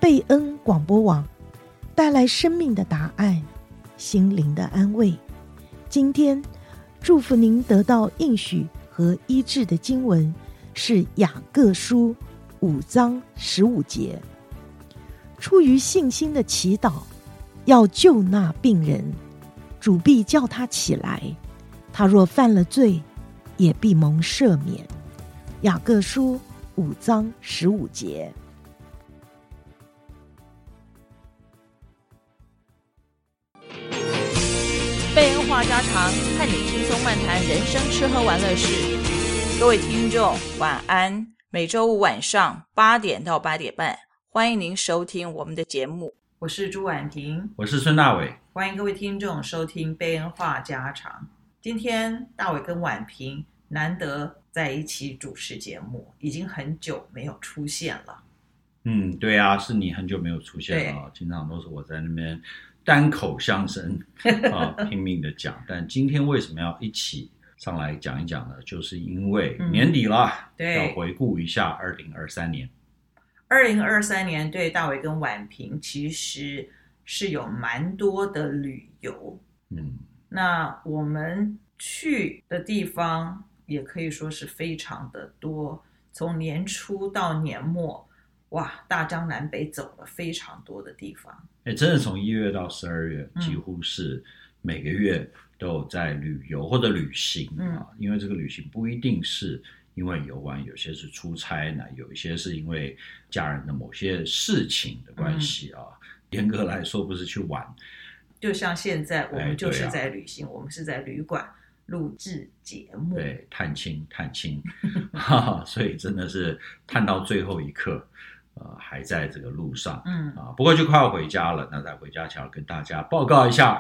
贝恩广播网，带来生命的答案，心灵的安慰。今天祝福您得到应许和医治的经文是雅各书5章15节。出于信心的祈祷，要救那病人，主必叫他起来，他若犯了罪，也必蒙赦免。雅各书5章15节。 贝恩话家常，和你轻松漫谈人生吃喝玩乐事。各位听众晚安，每周五晚上8点到8点半，欢迎您收听我们的节目。我是朱婉婷， 我是孙大伟， 欢迎各位听众收听贝恩话家常。今天大伟跟婉萍难得在一起主持节目，已经很久没有出现了。 对啊，是你很久没有出现了，经常都是我在那边单口相声拼命的讲。但今天为什么要一起上来讲一讲呢？就是因为年底了，要回顾一下2023年。 2023年对大伟跟婉萍其实是有蛮多的旅游，那我们去的地方也可以说是非常的多，从年初到年末，哇，大江南北走了非常多的地方。 真的从1月到12月，几乎是每个月都有在旅游或者旅行因为这个旅行不一定是因为游玩，有些是出差呢，有一些是因为家人的某些事情的关系严格来说不是去玩。 就像现在我们就是在旅行，我们是在旅馆录制节目， 对，探亲所以真的是探到最后一刻还在这个路上不过就快要回家了。那在回家前要跟大家报告一下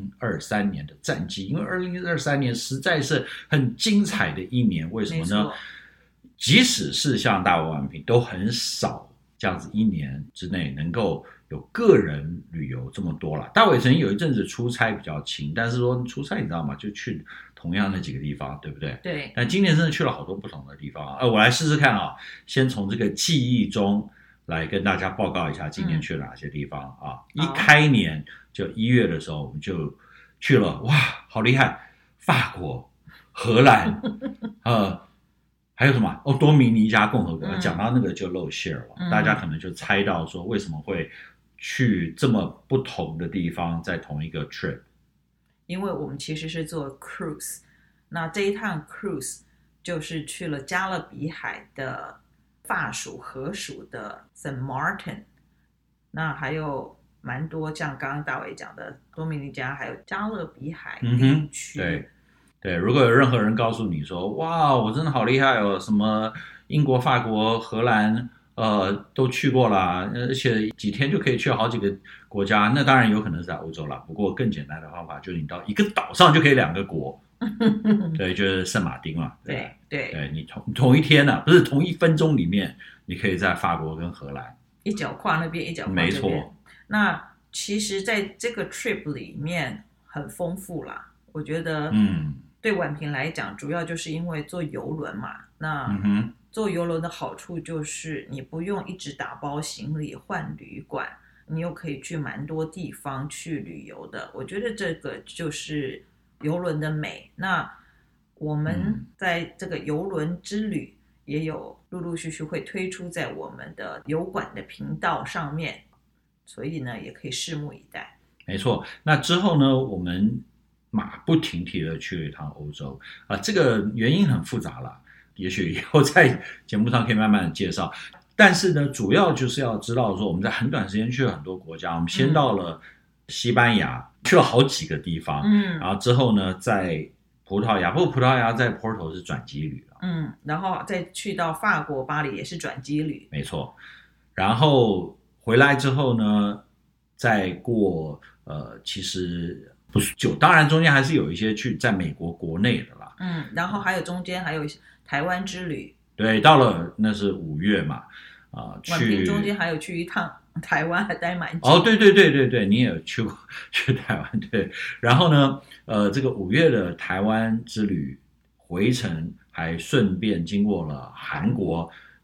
2023年的战绩，因为2023年实在是很精彩的一年。为什么呢？即使是像大伟婉萍都很少这样子一年之内能够有个人旅游这么多了。大伟曾经有一阵子出差比较勤，但是说出差你知道吗，就去同样的几个地方，对不对？ 对。 但今年真的去了好多不同的地方我来试试看先从这个记忆中来跟大家报告一下今年去了哪些地方一开年就1月的时候，我们就去了，哇，好厉害！法国、荷兰，还有什么？多米尼加共和国。讲到那个就露馅了，大家可能就猜到说为什么会去这么不同的地方，在同一个 trip。 因为我们其实是做 cruise， 那这一趟 cruise 就是去了加勒比海的法属荷属的 Saint Martin， 那还有蛮多像刚刚大伟讲的多米尼加还有加勒比海地区。 对，如果有任何人告诉你说哇我真的好厉害什么英国、法国、荷兰都去过了，而且几天就可以去好几个国家，那当然有可能是在欧洲了。不过更简单的方法就是你到一个岛上就可以2个国对，就是圣马丁嘛。对，你同一天不是同1分钟里面，你可以在法国跟荷兰一脚跨那边，一脚跨这边。没错。那其实在这个 trip 里面很丰富啦，我觉得对婉萍来讲，主要就是因为坐邮轮嘛。那坐邮轮的好处就是你不用一直打包行李换旅馆，你又可以去蛮多地方去旅游的。我觉得这个就是邮轮的美。那我们在这个邮轮之旅也有陆陆续续会推出在我们的油管的频道上面，所以呢也可以拭目以待。 没错。那之后呢，我们马不停蹄的去了一趟欧洲这个原因很复杂啦，也许以后在节目上可以慢慢的介绍。但是呢，主要就是要知道说我们在很短时间去了很多国家。我们先到了西班牙，去了好几个地方然后之后呢在葡萄牙，不过葡萄牙在 Porto 是转机旅然后再去到法国巴黎也是转机旅。 没错。然后回来之后呢，再过其实不是久，当然中间还是有一些去在美国国内的啦然后还有中间还有台湾之旅。 对，到了那是5月嘛婉萍中间还有去一趟台湾，还待蛮久。 对，你也有去过去台湾。对。然后呢这个5月的台湾之旅回程还顺便经过了韩国，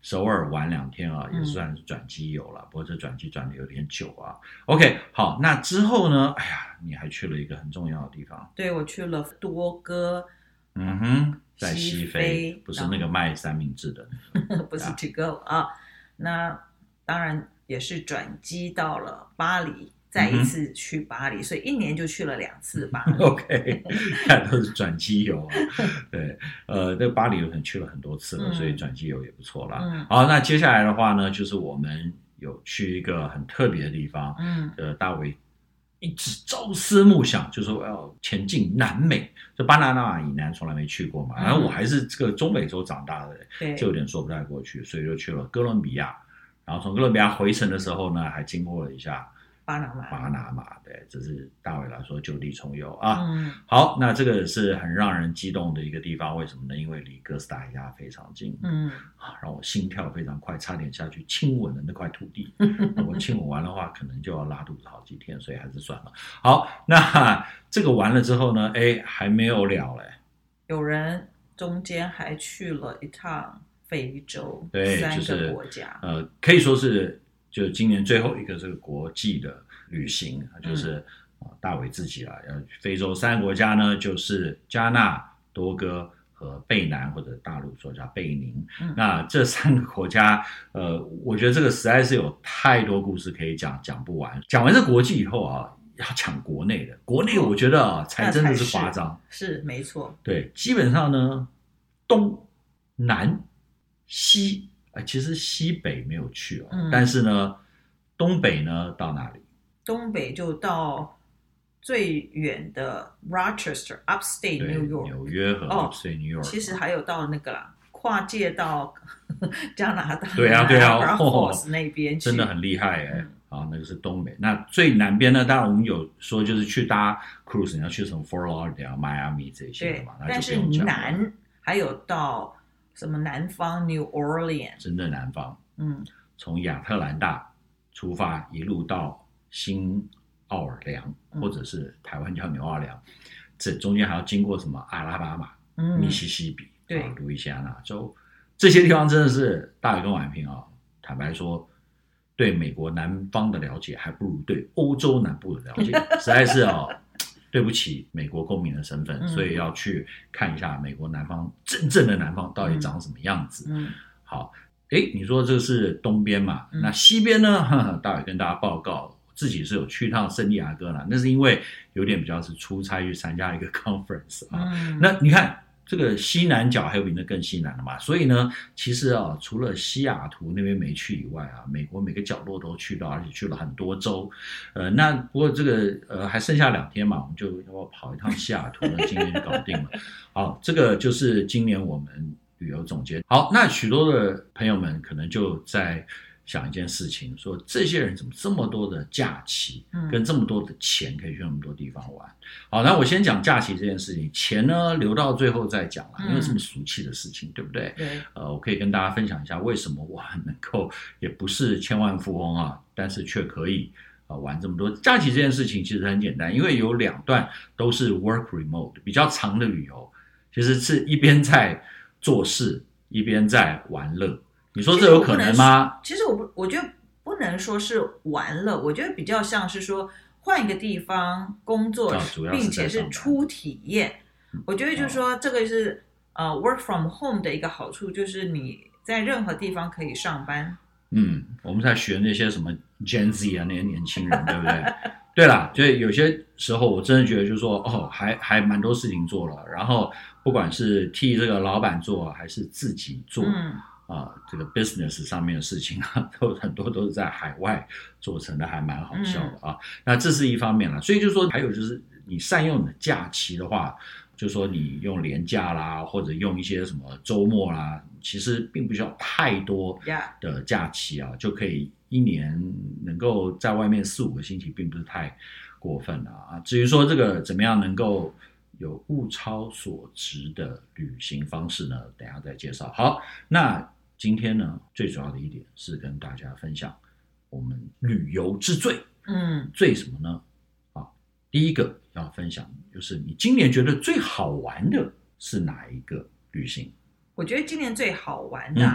首尔玩2天啊，也算是转机游了，不过这转机转的有点久啊。OK， 好，那之后呢？哎呀，你还去了一个很重要的地方。 对，我去了多哥。 在西非，不是那个卖三明治的， 不是 to go 啊。那当然也是转机到了巴黎，再一次去巴黎，所以1年就去了2次巴黎。 OK， 看都是转机游啊。对，这巴黎有可能去了很多次了，所以转机游也不错啦。好，那接下来的话呢，就是我们有去一个很特别的地方，大卫一直朝思暮想，就说要前进南美，就巴拿马以南从来没去过嘛。然后我还是这个中美洲长大的，就有点说不太过去，所以就去了哥伦比亚。然后从哥伦比亚回程的时候呢，还经过了一下巴拿马，对，这是大伟来说就地重游啊。好，那这个是很让人激动的一个地方，为什么呢？因为离哥斯达黎加非常近，让我心跳非常快，差点下去亲吻了那块土地。我亲吻完的话，可能就要拉肚子好几天，所以还是算了。好，那这个完了之后呢，还没有了嘞， 有人中间还去了一趟非洲，3个国家， 可以说是就今年最后一个这个国际的旅行，就是大伟自己啦，要非洲3个国家呢，就是加纳、多哥和贝南，或者大陆说叫贝宁。那这3个国家，我觉得这个实在是有太多故事可以讲，讲不完。讲完这国际以后啊，要讲国内的，国内我觉得才真的是夸张， 是没错。 对，基本上呢，东南西，其实西北没有去但是呢，东北呢到哪里？ 东北就到最远的 Rochester，Upstate New York， 纽约和 Upstate New York， 其实还有到那个啦，跨界到加拿大， 对啊那边去， 真的很厉害好，那个是东北。那最南边呢？当然我们有说就是去搭 cruise， 你要去什么 Fort Lauderdale、Miami 这些的嘛， 但是南还有到什么南方 New Orleans， 真的南方，从亚特兰大出发，一路到新奥尔良，或者是台湾叫纽奥良，这中间还要经过什么阿拉巴马、密西西比、路易斯安那州，这些地方真的是大伟跟婉萍坦白说，对美国南方的了解还不如对欧洲南部的了解，实在是对不起美国公民的身份，所以要去看一下美国南方真正的南方到底长什么样子。好，你说这是东边嘛？那西边呢？大伟跟大家报告，自己是有去趟圣地亚哥啦，那是因为有点比较是出差去参加一个 conference 那你看这个西南角还有比那更西南的嘛，所以呢，其实除了西雅图那边没去以外美国每个角落都去到，而且去了很多州。那不过这个还剩下2天嘛，我们就要跑一趟西雅图呢，今天就搞定了。好，这个就是今年我们旅游总结。好，那许多的朋友们可能就在想一件事情，说这些人怎么这么多的假期，跟这么多的钱可以去那么多地方玩。好，那我先讲假期这件事情，钱呢留到最后再讲啦，因为这么俗气的事情，对不对？我可以跟大家分享一下为什么我能够也不是千万富翁但是却可以玩这么多假期。这件事情其实很简单，因为有2段都是 work remote 比较长的旅游，其实是一边在做事一边在玩乐。你说这有可能吗？ 其实我觉得不能说是玩乐，我觉得比较像是说换一个地方工作，并且是初体验。我觉得就是说这个是work from home 的一个好处，就是你在任何地方可以上班。 我们在学那些什么 Gen Z 那些年轻人，对不对？对啦，就有些时候我真的觉得就是说还蛮多事情做了，然后不管是替这个老板做还是自己做这个 business 上面的事情都很多都是在海外做成的，还蛮好笑的那这是一方面啦，所以就是说还有就是你善用你的假期的话，就说你用连假啦，或者用一些什么周末啦，其实并不需要太多的假期就可以一年能够在外面4-5个星期，并不是太过分了至于说这个怎么样能够有物超所值的旅行方式呢，等一下再介绍。好，那今天呢最主要的一点是跟大家分享我们旅游之最。最什么呢？第一个要分享就是你今年觉得最好玩的是哪一个旅行？ 我觉得今年最好玩的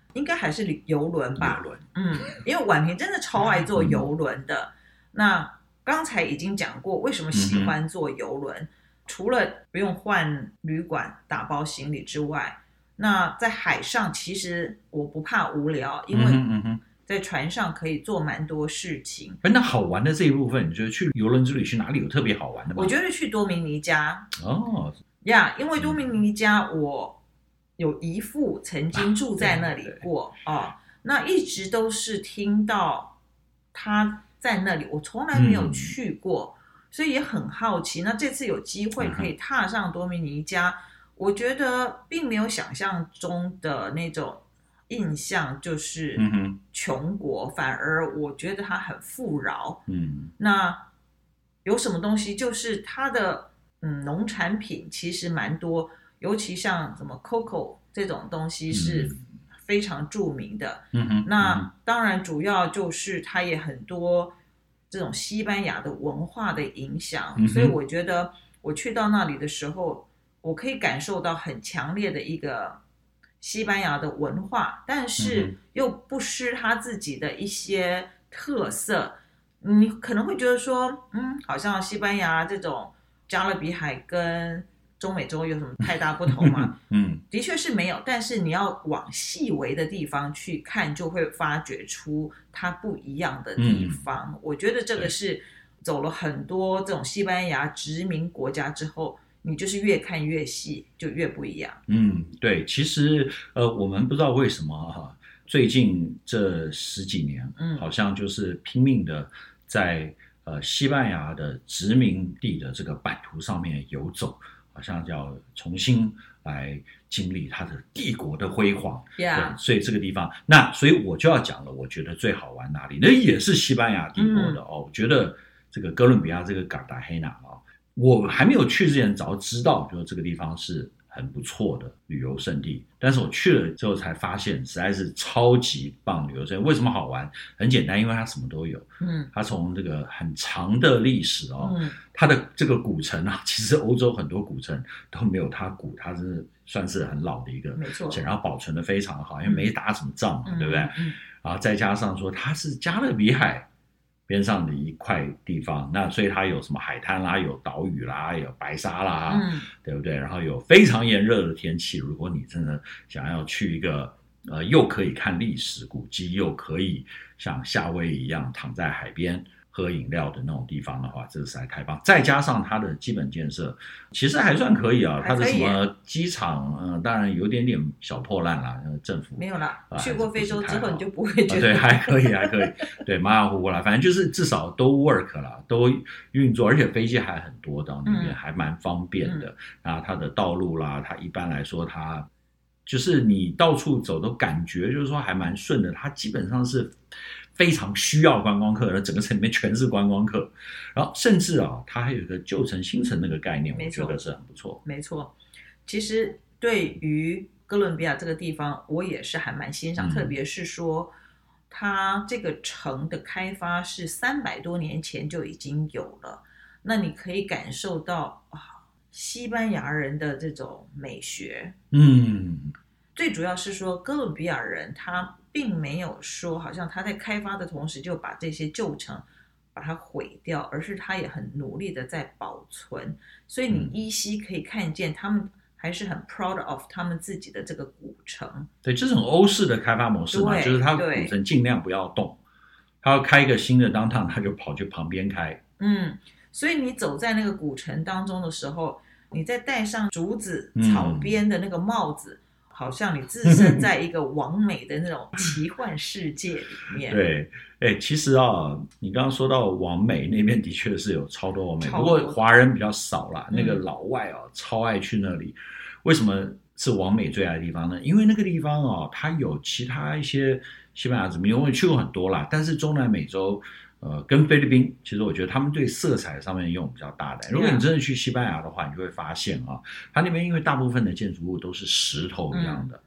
应该还是邮轮吧。 邮轮， 因为婉萍真的超爱坐邮轮的。那刚才已经讲过为什么喜欢坐邮轮，除了不用换旅馆打包行李之外，那在海上其实我不怕无聊，因为在船上可以做蛮多事情。 那好玩的这一部分，你觉得去邮轮之旅去哪里有特别好玩的吗？ 我觉得去多明尼加因为多明尼加我有姨父曾经住在那里过那一直都是听到他在那里，我从来没有去过，所以也很好奇。那这次有机会可以踏上多明尼加，我觉得并没有想象中的那种印象就是穷国，反而我觉得它很富饶。那有什么东西就是它的农产品其实蛮多，尤其像什么 Coco 这种东西是非常著名的。那当然主要就是它也很多这种西班牙的文化的影响，所以我觉得我去到那里的时候，我可以感受到很强烈的一个西班牙的文化，但是又不失它自己的一些特色。你可能会觉得说好像西班牙这种加勒比海跟中美洲有什么太大不同吗？的确是没有，但是你要往细微的地方去看，就会发掘出它不一样的地方。我觉得这个是走了很多这种西班牙殖民国家之后，你就是越看越细，就越不一样。 对，其实我们不知道为什么最近这10几年，好像就是拼命的在西班牙的殖民地的这个版图上面游走，好像要重新来经历它的帝国的辉煌。对，所以这个地方，所以我就要讲了，我觉得最好玩哪里？那也是西班牙帝国的我觉得这个哥伦比亚这个卡塔黑纳我还没有去之前早知道，就是这个地方是很不错的旅游胜地，但是我去了之后才发现实在是超级棒旅游胜地。为什么好玩？很简单，因为它什么都有。它从这个很长的历史它的这个古城其实欧洲很多古城都没有它古，它是算是很老的一个， 没错， 然后保存的非常好，因为没打什么仗对不对？然后再加上说它是加勒比海边上的一块地方，那所以它有什么海滩啦，有岛屿啦，有白沙啦，对不对？然后有非常炎热的天气，如果你真的想要去一个又可以看历史古迹，又可以像夏威夷一样躺在海边喝饮料的那种地方的话，这实在太棒。再加上它的基本建设其实还算可以它的什么机场当然有点小破烂啦，政府没有啦去过非洲之后你就不会觉得对，还可以对，马马虎虎啦，反正就是至少都 work 啦，都运作，而且飞机还很多到那边还蛮方便的。然后它的道路啦，它一般来说它就是你到处走都感觉就是说还蛮顺的，它基本上是非常需要观光客的，整个城里面全是观光客。然后甚至它还有一个旧城新城那个概念，我觉得是很不错。 没错，其实对于哥伦比亚这个地方我也是还蛮欣赏，特别是说它这个城的开发是300多年前就已经有了，那你可以感受到西班牙人的这种美学。最主要是说哥伦比亚人他并没有说好像他在开发的同时就把这些旧城把它毁掉，而是他也很努力的在保存，所以你依稀可以看见他们还是很 proud of 他们自己的这个古城。 对，这是很欧式的开发模式嘛，就是他古城尽量不要动，他要开一个新的 downtown 他就跑去旁边开。 所以你走在那个古城当中的时候，你再戴上竹子草编的那个帽子，好像你置身在一个完美的那种奇幻世界里面。 对，其实你刚刚说到网美那边的确是有超多网美，不过华人比较少啦。那个老外超爱去那里。为什么是网美最爱的地方呢？因为那个地方它有其他一些西班牙殖民，我也去过很多啦，但是中南美洲跟菲律宾，其实我觉得他们对色彩上面用比较大胆。如果你真的去西班牙的话，你就会发现它那边因为大部分的建筑物都是石头一样的，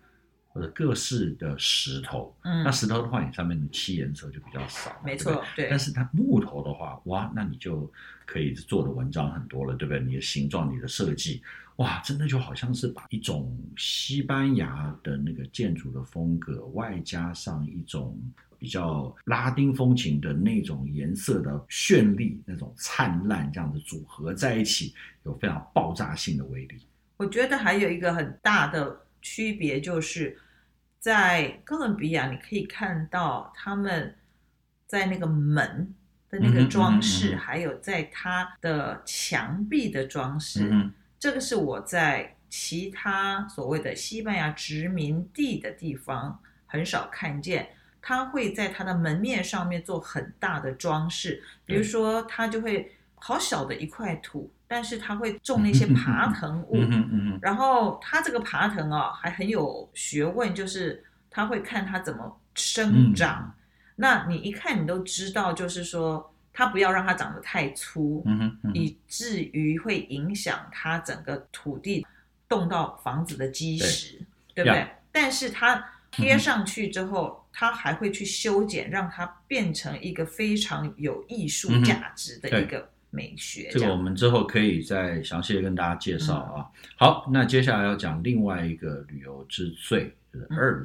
或者各式的石头。那石头的话，你上面的漆颜色就比较少， 没错，对。 但是它木头的话，哇，那你就可以做的文章很多了，对不对？你的形状、你的设计，哇，真的就好像是把一种西班牙的那个建筑的风格，外加上一种比较拉丁风情的那种颜色的绚丽、那种灿烂，这样子组合在一起，有非常爆炸性的威力。 我觉得还有一个很大的区别，就是在哥伦比亚你可以看到他们在那个门的那个装饰，还有在它的墙壁的装饰，这个是我在其他所谓的西班牙殖民地的地方很少看见，他会在他的门面上面做很大的装饰，比如说他就会好小的一块土，但是他会种那些爬藤物，然后他这个爬藤还很有学问，就是他会看它怎么生长，那你一看你都知道，就是说他不要让它长得太粗，以至于会影响它整个土地动到房子的基石，对不对？但是它贴上去之后，它还会去修剪，让它变成一个非常有艺术价值的一个美学。 这个我们之后可以再详细的跟大家介绍啊。好，那接下来要讲另外一个旅游之最，就是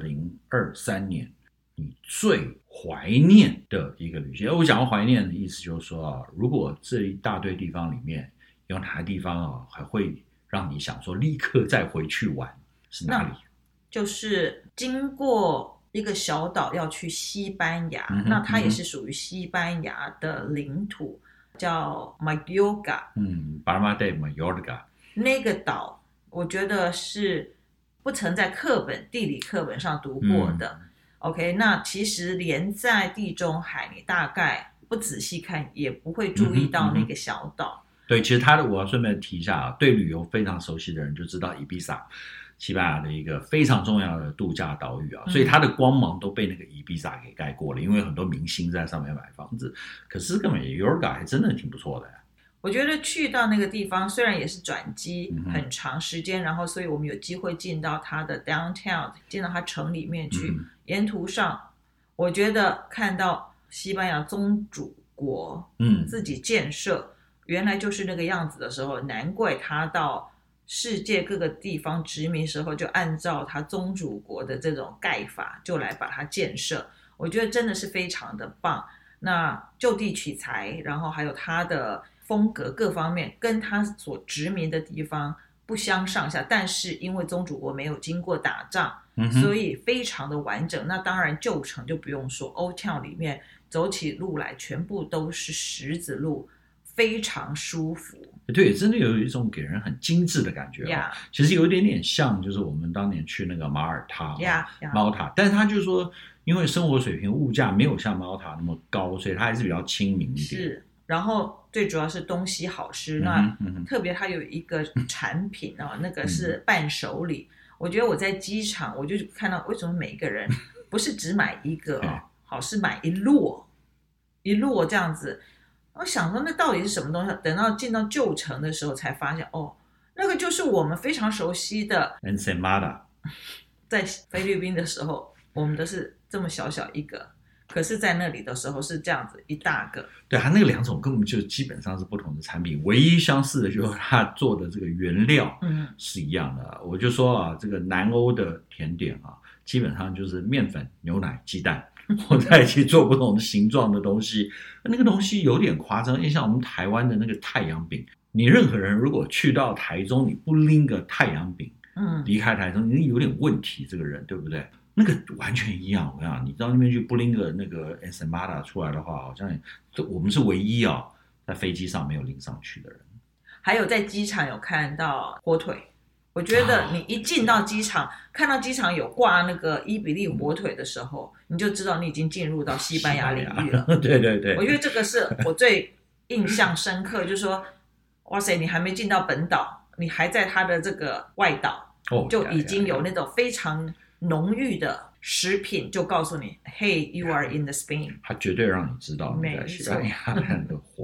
2023年你最怀念的一个旅行。我讲怀念的意思就是说如果这一大堆地方里面有哪个地方还会让你想说立刻再回去玩，是哪里？ 就是经过一个小岛要去西班牙，那它也是属于西班牙的领土，叫 Mallorca。 Palma de Mallorca 那个岛，我觉得是不曾在地理课本上读过的。OK， 那其实连在地中海，你大概不仔细看也不会注意到那个小岛。 对，其实我要顺便提一下对旅游非常熟悉的人就知道伊比萨，西班牙的一个非常重要的度假岛屿所以它的光芒都被那个伊比萨给盖过了，因为很多明星在上面买房子。可是根本Mallorca还真的挺不错的。 我觉得去到那个地方虽然也是转机很长时间，然后所以我们有机会进到它的 downtown， 进到它城里面去，沿途上我觉得看到西班牙宗主国自己建设原来就是那个样子的时候，难怪他到世界各个地方殖民时候就按照他宗主国的这种盖法就来把它建设，我觉得真的是非常的棒。那就地取材，然后还有他的风格各方面跟他所殖民的地方不相上下，但是因为宗主国没有经过打仗，所以非常的完整。那当然旧城就不用说， Old Town 里面走起路来全部都是石子路，非常舒服。 对，真的有一种给人很精致的感觉其实有一点点像就是我们当年去那个马耳他猫塔，但是他就是说因为生活水平物价没有像猫塔那么高，所以它还是比较亲民一点。 是，然后最主要是东西好吃，那特别它有一个产品那个是伴手礼。我觉得我在机场我就看到为什么每一个人不是只买一个好是买一摞这样子。我想说那到底是什么东西，等到进到旧城的时候才发现那个就是我们非常熟悉的 ensaimada。 在菲律宾的时候我们都是这么小小一个，可是在那里的时候是这样子一大个。 对，它那个两种根本就基本上是不同的产品，唯一相似的就是它做的这个原料是一样的。我就说这个南欧的甜点基本上就是面粉、牛奶、鸡蛋混在一起做不同的形状的东西，那个东西有点夸张。因为像我们台湾的那个太阳饼，你任何人如果去到台中你不拎个太阳饼离开台中，你有点问题，这个人对不对？那个完全一样。我跟你讲，你到那边去不拎个那个 ensaimada 出来的话，好像我们是唯一在飞机上没有拎上去的人。 还有在机场有看到火腿，我觉得你一进到机场看到机场有挂那个伊比利火腿的时候，你就知道你已经进入到西班牙领域了。 对对对， 我觉得这个是我最印象深刻就是说哇塞，你还没进到本岛，你还在它的这个外岛就已经有那种非常浓郁的食品就告诉你 Hey, you are in the Spain。 他绝对让你知道你在西班牙的火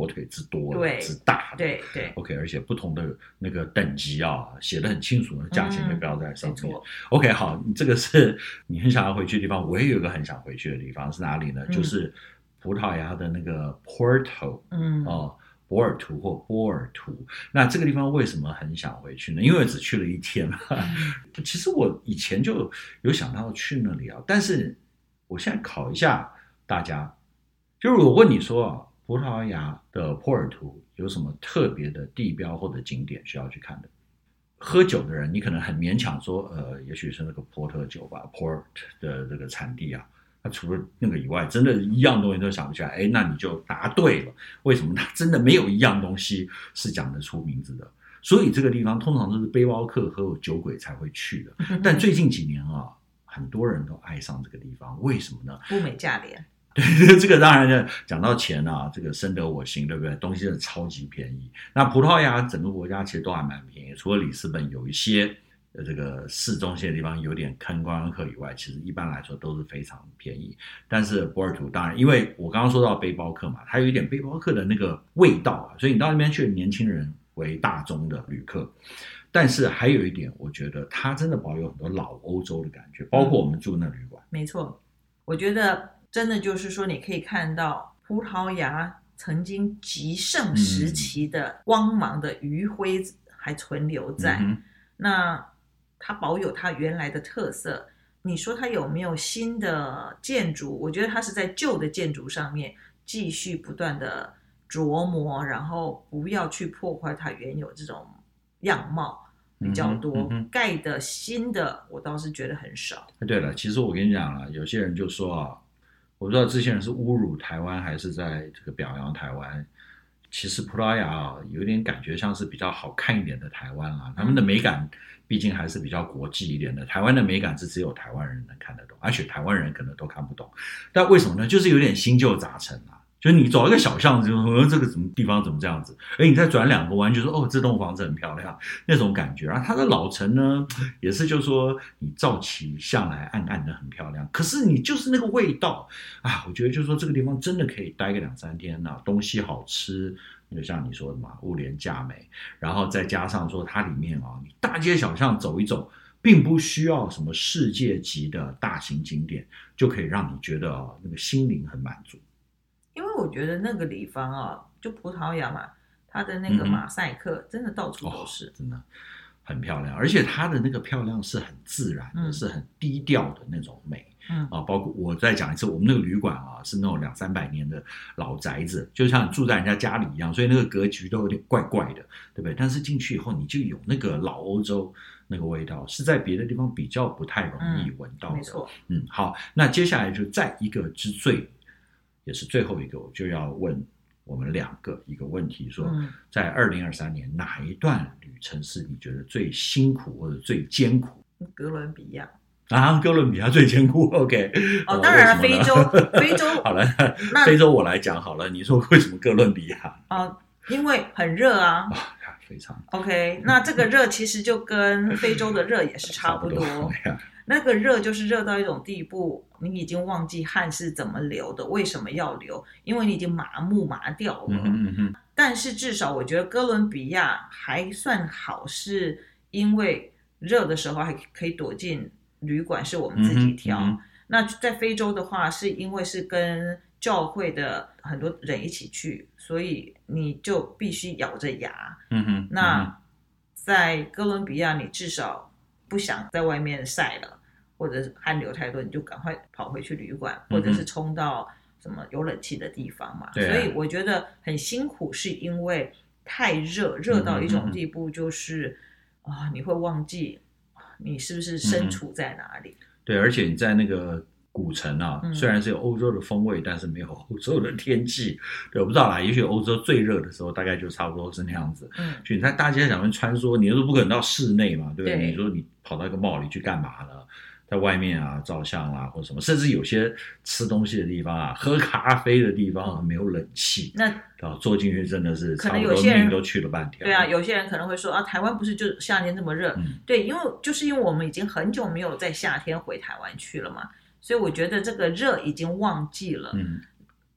火腿之多对之大的， 对对 OK， 而且不同的那个等级啊，写得很清楚，价钱也标在上面。OK， 好，这个是你很想要回去的地方。我也有一个很想回去的地方是哪里呢？就是葡萄牙的那个 Porto， 博尔图或波尔图。那这个地方为什么很想回去呢？因为我只去了1天。其实我以前就有想到去那里啊，但是我现在考一下大家，就是我问你说葡萄牙的波尔图有什么特别的地标或者景点需要去看的？喝酒的人，你可能很勉强说，也许是那个波特酒吧 ，Port 的这个产地啊。那除了那个以外，真的一样东西都想不起来，那你就答对了。为什么？它真的没有一样东西是讲得出名字的。所以这个地方通常都是背包客和酒鬼才会去的。但最近几年啊，很多人都爱上这个地方，为什么呢？ 物美价廉。 对，这个当然讲到钱啊，这个深得我心，对不对？东西真的超级便宜。那葡萄牙整个国家其实都还蛮便宜，除了里斯本有一些这个市中心的地方有点坑观光客以外，其实一般来说都是非常便宜。但是波尔图当然，因为我刚刚说到背包客嘛，它有一点背包客的那个味道啊，所以你到那边去，年轻人为大宗的旅客。但是还有一点，我觉得它真的保有很多老欧洲的感觉，包括我们住那旅馆。 没错，我觉得真的就是说，你可以看到葡萄牙曾经极盛时期的光芒的余晖还存留在。那它保有它原来的特色，你说它有没有新的建筑？我觉得它是在旧的建筑上面继续不断的琢磨，然后不要去破坏它原有这种样貌比较多。盖的新的我倒是觉得很少。 对了，其实我跟你讲了，有些人就说啊，我不知道这些人是侮辱台湾还是在这个表扬台湾。其实葡萄牙啊，有点感觉像是比较好看一点的台湾啊，他们的美感毕竟还是比较国际一点的。台湾的美感是只有台湾人能看得懂，而且台湾人可能都看不懂。但为什么呢？就是有点新旧杂陈啊。就是你走一个小巷子，就这个什么地方怎么这样子？你再转2个弯，就说这栋房子很漂亮，那种感觉。然后它的老城呢，也是就是说你照起相来暗暗的很漂亮，可是你就是那个味道啊，我觉得就是说这个地方真的可以待个2-3天啊，东西好吃，就像你说的嘛，物廉价美，然后再加上说它里面啊，你大街小巷走一走，并不需要什么世界级的大型景点，就可以让你觉得那个心灵很满足。 因为我觉得那个地方啊，就葡萄牙嘛，它的那个马赛克真的到处都是， 真的很漂亮，而且它的那个漂亮是很自然的，是很低调的那种美。包括我再讲一次，我们那个旅馆啊，是那种200-300年的老宅子，就像住在人家家里一样，所以那个格局都有点怪怪的，对不对？但是进去以后，你就有那个老欧洲那个味道，是在别的地方比较不太容易闻到的。 没错。 好，那接下来就再一个之最。也是最后一个，我就要问我们2个一个问题，说在2023年哪一段旅程是你觉得最辛苦或者最艰苦？ 哥伦比亚啊，哥伦比亚最艰苦。OK， 当然了，非洲好了，非洲我来讲好了。你说为什么哥伦比亚？ 因为很热啊。 非常 OK， 那这个热其实就跟非洲的热也是差不多。那个热就是热到一种地步，你已经忘记汗是怎么流的，为什么要流？因为你已经麻掉了。但是至少我觉得哥伦比亚还算好，是因为热的时候还可以躲进旅馆，是我们自己挑。那在非洲的话，是因为是跟教会的很多人一起去，所以你就必须咬着牙。那在哥伦比亚，你至少不想在外面晒了，或者汗流太多，你就赶快跑回去旅馆，或者是冲到什么有冷气的地方嘛。所以我觉得很辛苦，是因为太热到一种地步，就是你会忘记你是不是身处在哪里。 对，而且你在那个古城啊，虽然是有欧洲的风味，但是没有欧洲的天气。对，我不知道啦，也许欧洲最热的时候大概就差不多是那样子。就你在大街上面穿梭，你又不可能到室内嘛，对不对？你说你跑到一个mall里去干嘛呢？在外面啊照相啦，或者什么，甚至有些吃东西的地方啊，喝咖啡的地方没有冷气，那坐进去真的是差不多命都去了半条。 对啊，有些人可能会说台湾不是就夏天这么热？对，因为我们已经很久没有在夏天回台湾去了嘛，所以我觉得这个热已经忘记了。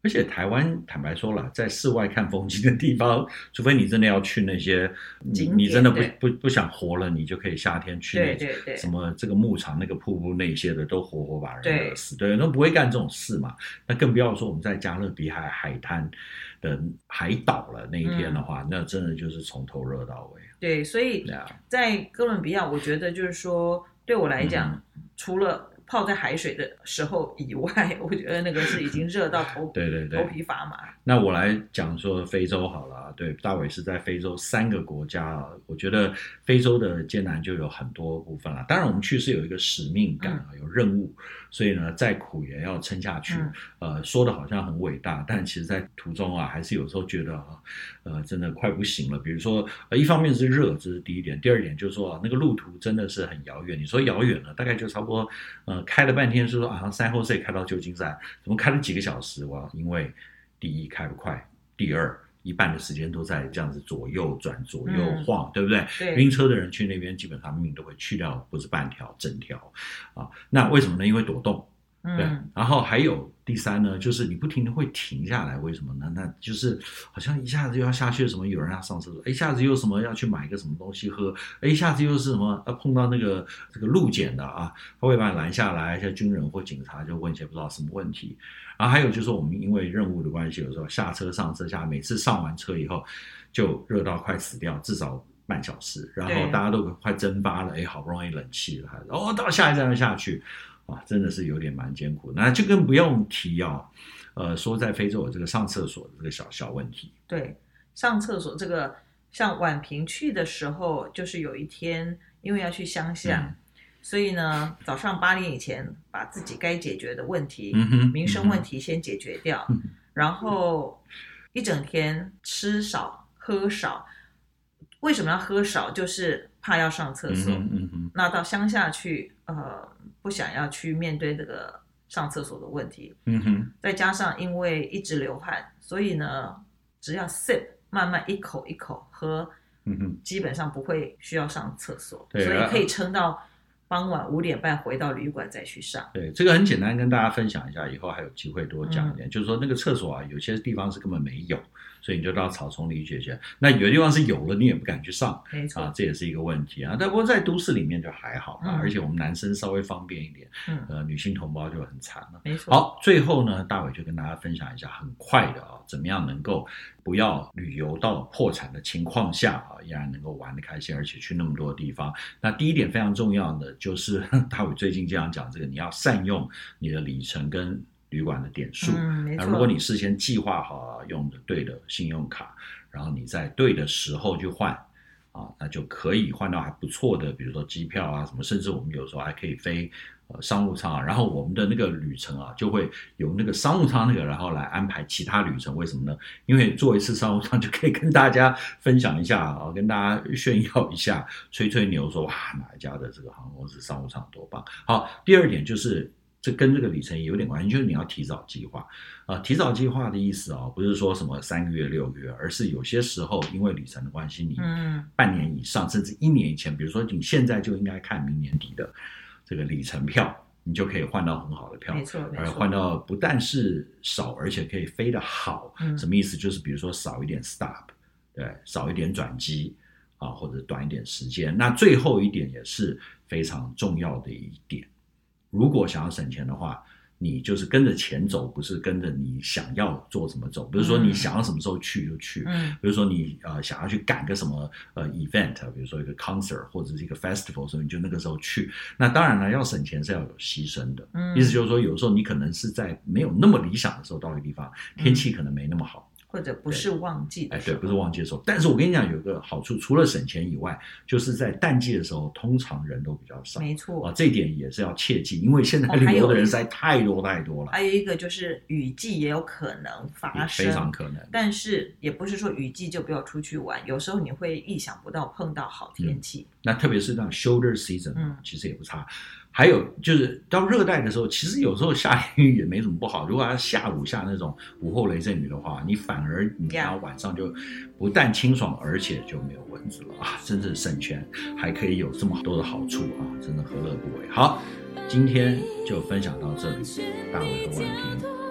而且台湾坦白说了，在室外看风景的地方，除非你真的要去那些你真的不想活了，你就可以夏天去那什么这个牧场那个瀑布那些的都活把人热死，对，都不会干这种事嘛。那更不要说我们在加勒比海滩的海岛了那一天的话，那真的就是从头热到尾。 对，所以在哥伦比亚，我觉得就是说对我来讲，除了泡在海水的时候以外，我觉得那个是已经热到头皮发麻。 那我来讲说非洲好了，对，大伟是在非洲3个国家啊，我觉得非洲的艰难就有很多部分了。当然我们去是有一个使命感有任务，所以呢再苦也要撑下去。说的好像很伟大，但其实在途中啊，还是有时候觉得真的快不行了。比如说一方面是热，这是第一点，第二点就是说那个路途真的是很遥远。你说遥远了，大概就差不多开了半天，是说San Jose开到旧金山，怎么开了几个小时？因为第一开不快，第二一半的时间都在这样子左右转左右晃，对不对？晕车的人去那边基本上命都会去掉，不是半条整条那为什么呢？因为躲洞。对，然后还有第三呢，就是你不停的会停下来，为什么呢？那就是好像一下子又要下去什么，有人要上厕所，一下子又什么要去买一个什么东西喝，一下子又是什么碰到这个路检的他会把你拦下来，像军人或警察就问一些不知道什么问题。然后还有就是我们因为任务的关系，有时候下车上车下，每次上完车以后就热到快死掉，至少半小时，然后大家都快蒸发了，好不容易冷气了，到下一站就下去。真的是有点蛮艰苦，那就更不用提说在非洲有这个上厕所的这个小问题。 对，上厕所这个，像婉萍去的时候，就是有一天因为要去乡下，所以呢早上8点以前把自己该解决的问题，民生问题先解决掉，然后一整天吃少喝少。为什么要喝少？就是怕要上厕所。那到乡下去，不想要去面对这个上厕所的问题。再加上因为一直流汗，所以呢，只要 sip 慢慢一口一口喝，基本上不会需要上厕所，所以可以撑到傍晚5点半回到旅馆再去上。 对，这个很简单，跟大家分享一下，以后还有机会多讲一点。就是说那个厕所有些地方是根本没有。所以你就到草丛里解决，那有的地方是有了你也不敢去上， 没错这也是一个问题但不过在都市里面就还好而且我们男生稍微方便一点，女性同胞就很惨了。 没错。 好，最后呢，大伟就跟大家分享一下，很快的怎么样能够不要旅游到破产的情况下依然能够玩得开心，而且去那么多地方。那第一点非常重要的就是大伟最近经常讲这个，你要善用你的里程跟旅馆的点数。 没错。 如果你事先计划好用的对的信用卡，然后你在对的时候去换那就可以换到还不错的，比如说机票什么，甚至我们有时候还可以飞商务舱然后我们的那个旅程就会有那个商务舱那个，然后来安排其他旅程。为什么呢？因为做一次商务舱就可以跟大家分享一下跟大家炫耀一下，吹吹牛说哇哪一家的这个航空公司商务舱多棒。好，第二点就是这跟这个里程也有点关系，就是你要提早计划提早计划的意思不是说什么3个月6个月，而是有些时候因为里程的关系，你半年以上甚至1年以前，比如说你现在就应该看明年底的这个里程票，你就可以换到很好的票。 没错， 而换到不但是少，而且可以飞得好。什么意思？就是比如说少一点 stop， 对，少一点转机或者短一点时间。那最后一点也是非常重要的一点，如果想要省钱的话，你就是跟着钱走，不是跟着你想要做什么走。不是说你想要什么时候去就去。比如说你想要去赶个什么event， 比如说一个 concert 或者是一个 festival， 所以你就那个时候去。那当然了，要省钱是要有牺牲的。意思就是说，有时候你可能是在没有那么理想的时候到一个地方，天气可能没那么好。 或者不是旺季的时候。 对，不是旺季的时候。但是我跟你讲，有一个好处，除了省钱以外，就是在淡季的时候，通常人都比较少。 没错这一点也是要切记，因为现在旅游的人实在太多太多了。 还有一个就是雨季也有可能发生， 非常可能。 但是也不是说雨季就不要出去玩，有时候你会意想不到碰到好天气。 那特别是那种 shoulder season，其实也不差。还有就是到热带的时候，其实有时候下雨也没什么不好。如果要下午下那种午后雷阵雨的话，你反而你然后晚上就不但清爽，而且就没有蚊子了真是省钱，还可以有这么多的好处真的何乐不为。好，今天就分享到这里，大伟和婉萍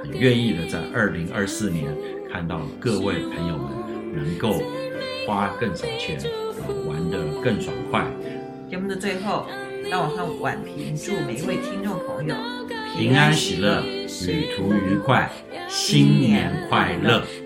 很愿意的在2024年看到各位朋友们能够花更少钱，玩得更爽快。 节目的最后，让我和婉萍祝每一位听众朋友平安喜乐，旅途愉快，新年快乐。